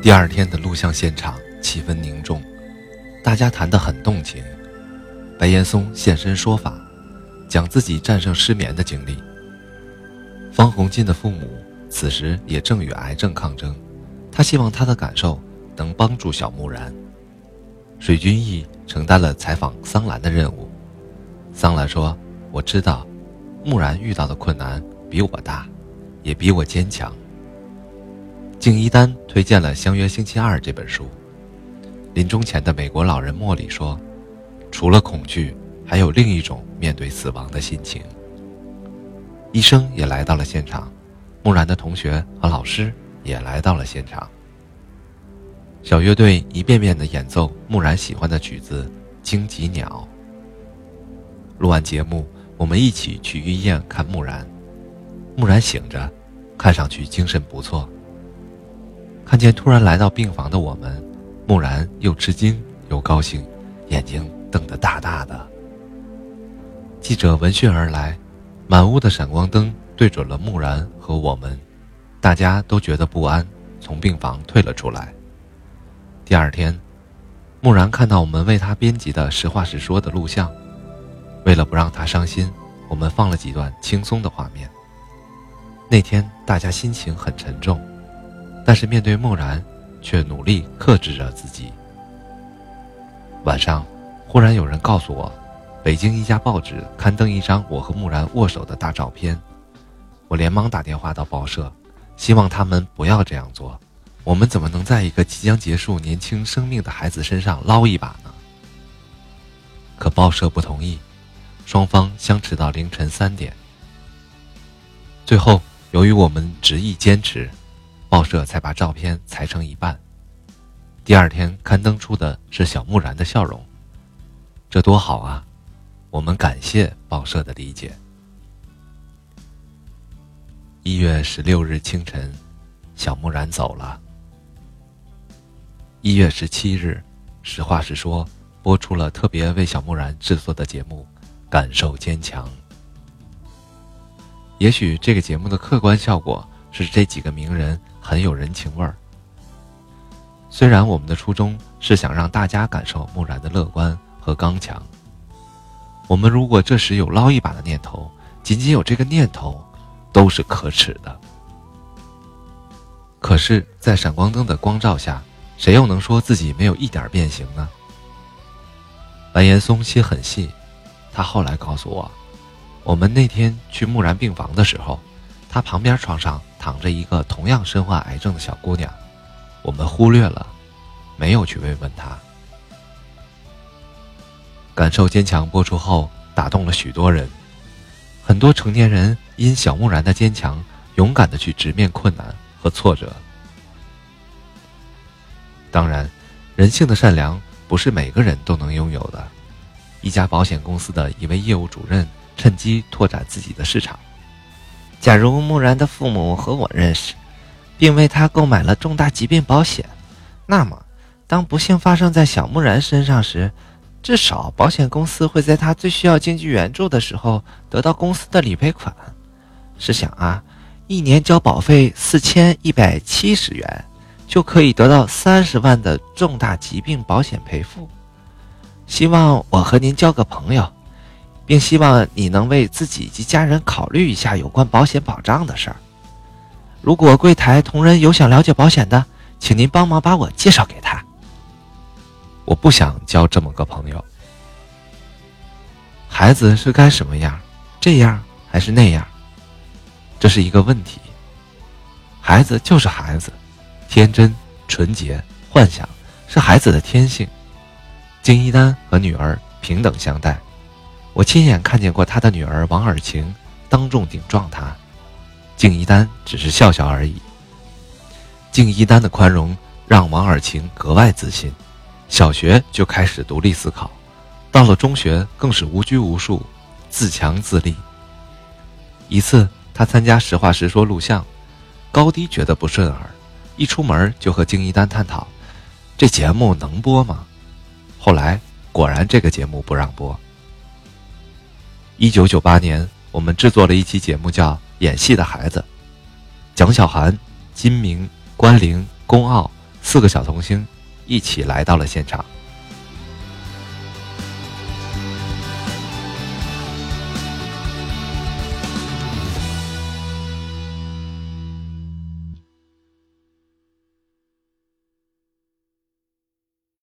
第二天的录像现场气氛凝重，大家谈得很动情。白岩松现身说法，讲自己战胜失眠的经历。方鸿进的父母此时也正与癌症抗争，他希望他的感受能帮助小木然。水均益承担了采访桑兰的任务。桑兰说，我知道木然遇到的困难比我大，也比我坚强。敬一丹推荐了《相约星期二》这本书。临终前的美国老人莫里说，除了恐惧，还有另一种面对死亡的心情。医生也来到了现场，木然的同学和老师也来到了现场。小乐队一遍遍地演奏木然喜欢的曲子《荆棘鸟》。录完节目，我们一起去医院看木然。木然醒着，看上去精神不错。看见突然来到病房的我们，木然又吃惊又高兴，眼睛瞪得大大的。记者闻讯而来，满屋的闪光灯对准了木然和我们，大家都觉得不安，从病房退了出来。第二天，木然看到我们为他编辑的实话实说的录像，为了不让他伤心，我们放了几段轻松的画面。那天大家心情很沉重，但是面对木然却努力克制着自己。晚上忽然有人告诉我，北京一家报纸刊登一张我和木然握手的大照片。我连忙打电话到报社，希望他们不要这样做，我们怎么能在一个即将结束年轻生命的孩子身上捞一把呢？可报社不同意，双方相持到凌晨3点。最后由于我们执意坚持，报社才把照片裁成一半。第二天刊登出的是小木然的笑容，这多好啊！我们感谢报社的理解。1月16日清晨，小木然走了。1月17日，实话实说播出了特别为小木然制作的节目《感受坚强》。也许这个节目的客观效果是这几个名人很有人情味儿。虽然我们的初衷是想让大家感受木然的乐观和刚强，我们如果这时有捞一把的念头，仅仅有这个念头，都是可耻的。可是在闪光灯的光照下，谁又能说自己没有一点变形呢？白岩松心很细，他后来告诉我，我们那天去木然病房的时候，他旁边床上躺着一个同样身患癌症的小姑娘，我们忽略了，没有去慰问她。感受坚强播出后打动了许多人，很多成年人因小木然的坚强，勇敢地去直面困难和挫折。当然，人性的善良不是每个人都能拥有的。一家保险公司的一位业务主任趁机拓展自己的市场。 假如木然的父母和我认识，并为他购买了重大疾病保险，那么当不幸发生在小木然身上时，至少保险公司会在他最需要经济援助的时候得到公司的理赔款。试想啊，一年交保费4170元，就可以得到30万的重大疾病保险赔付。希望我和您交个朋友，并希望你能为自己及家人考虑一下有关保险保障的事儿。如果柜台同仁有想了解保险的，请您帮忙把我介绍给他。 我不想交这么个朋友。孩子是该什么样，这样还是那样，这是一个问题。孩子就是孩子，天真、纯洁、幻想是孩子的天性。敬一丹和女儿平等相待，我亲眼看见过他的女儿王尔晴当众顶撞他，敬一丹只是笑笑而已。敬一丹的宽容让王尔晴格外自信，小学就开始独立思考，到了中学更是无拘无束，自强自立。一次他参加实话实说录像，高低觉得不顺耳，一出门就和敬一丹探讨这节目能播吗？后来果然这个节目不让播。1998年，我们制作了一期节目叫《演戏的孩子》，蒋小涵、金明、关凌、龚傲4 4个小童星一起来到了现场。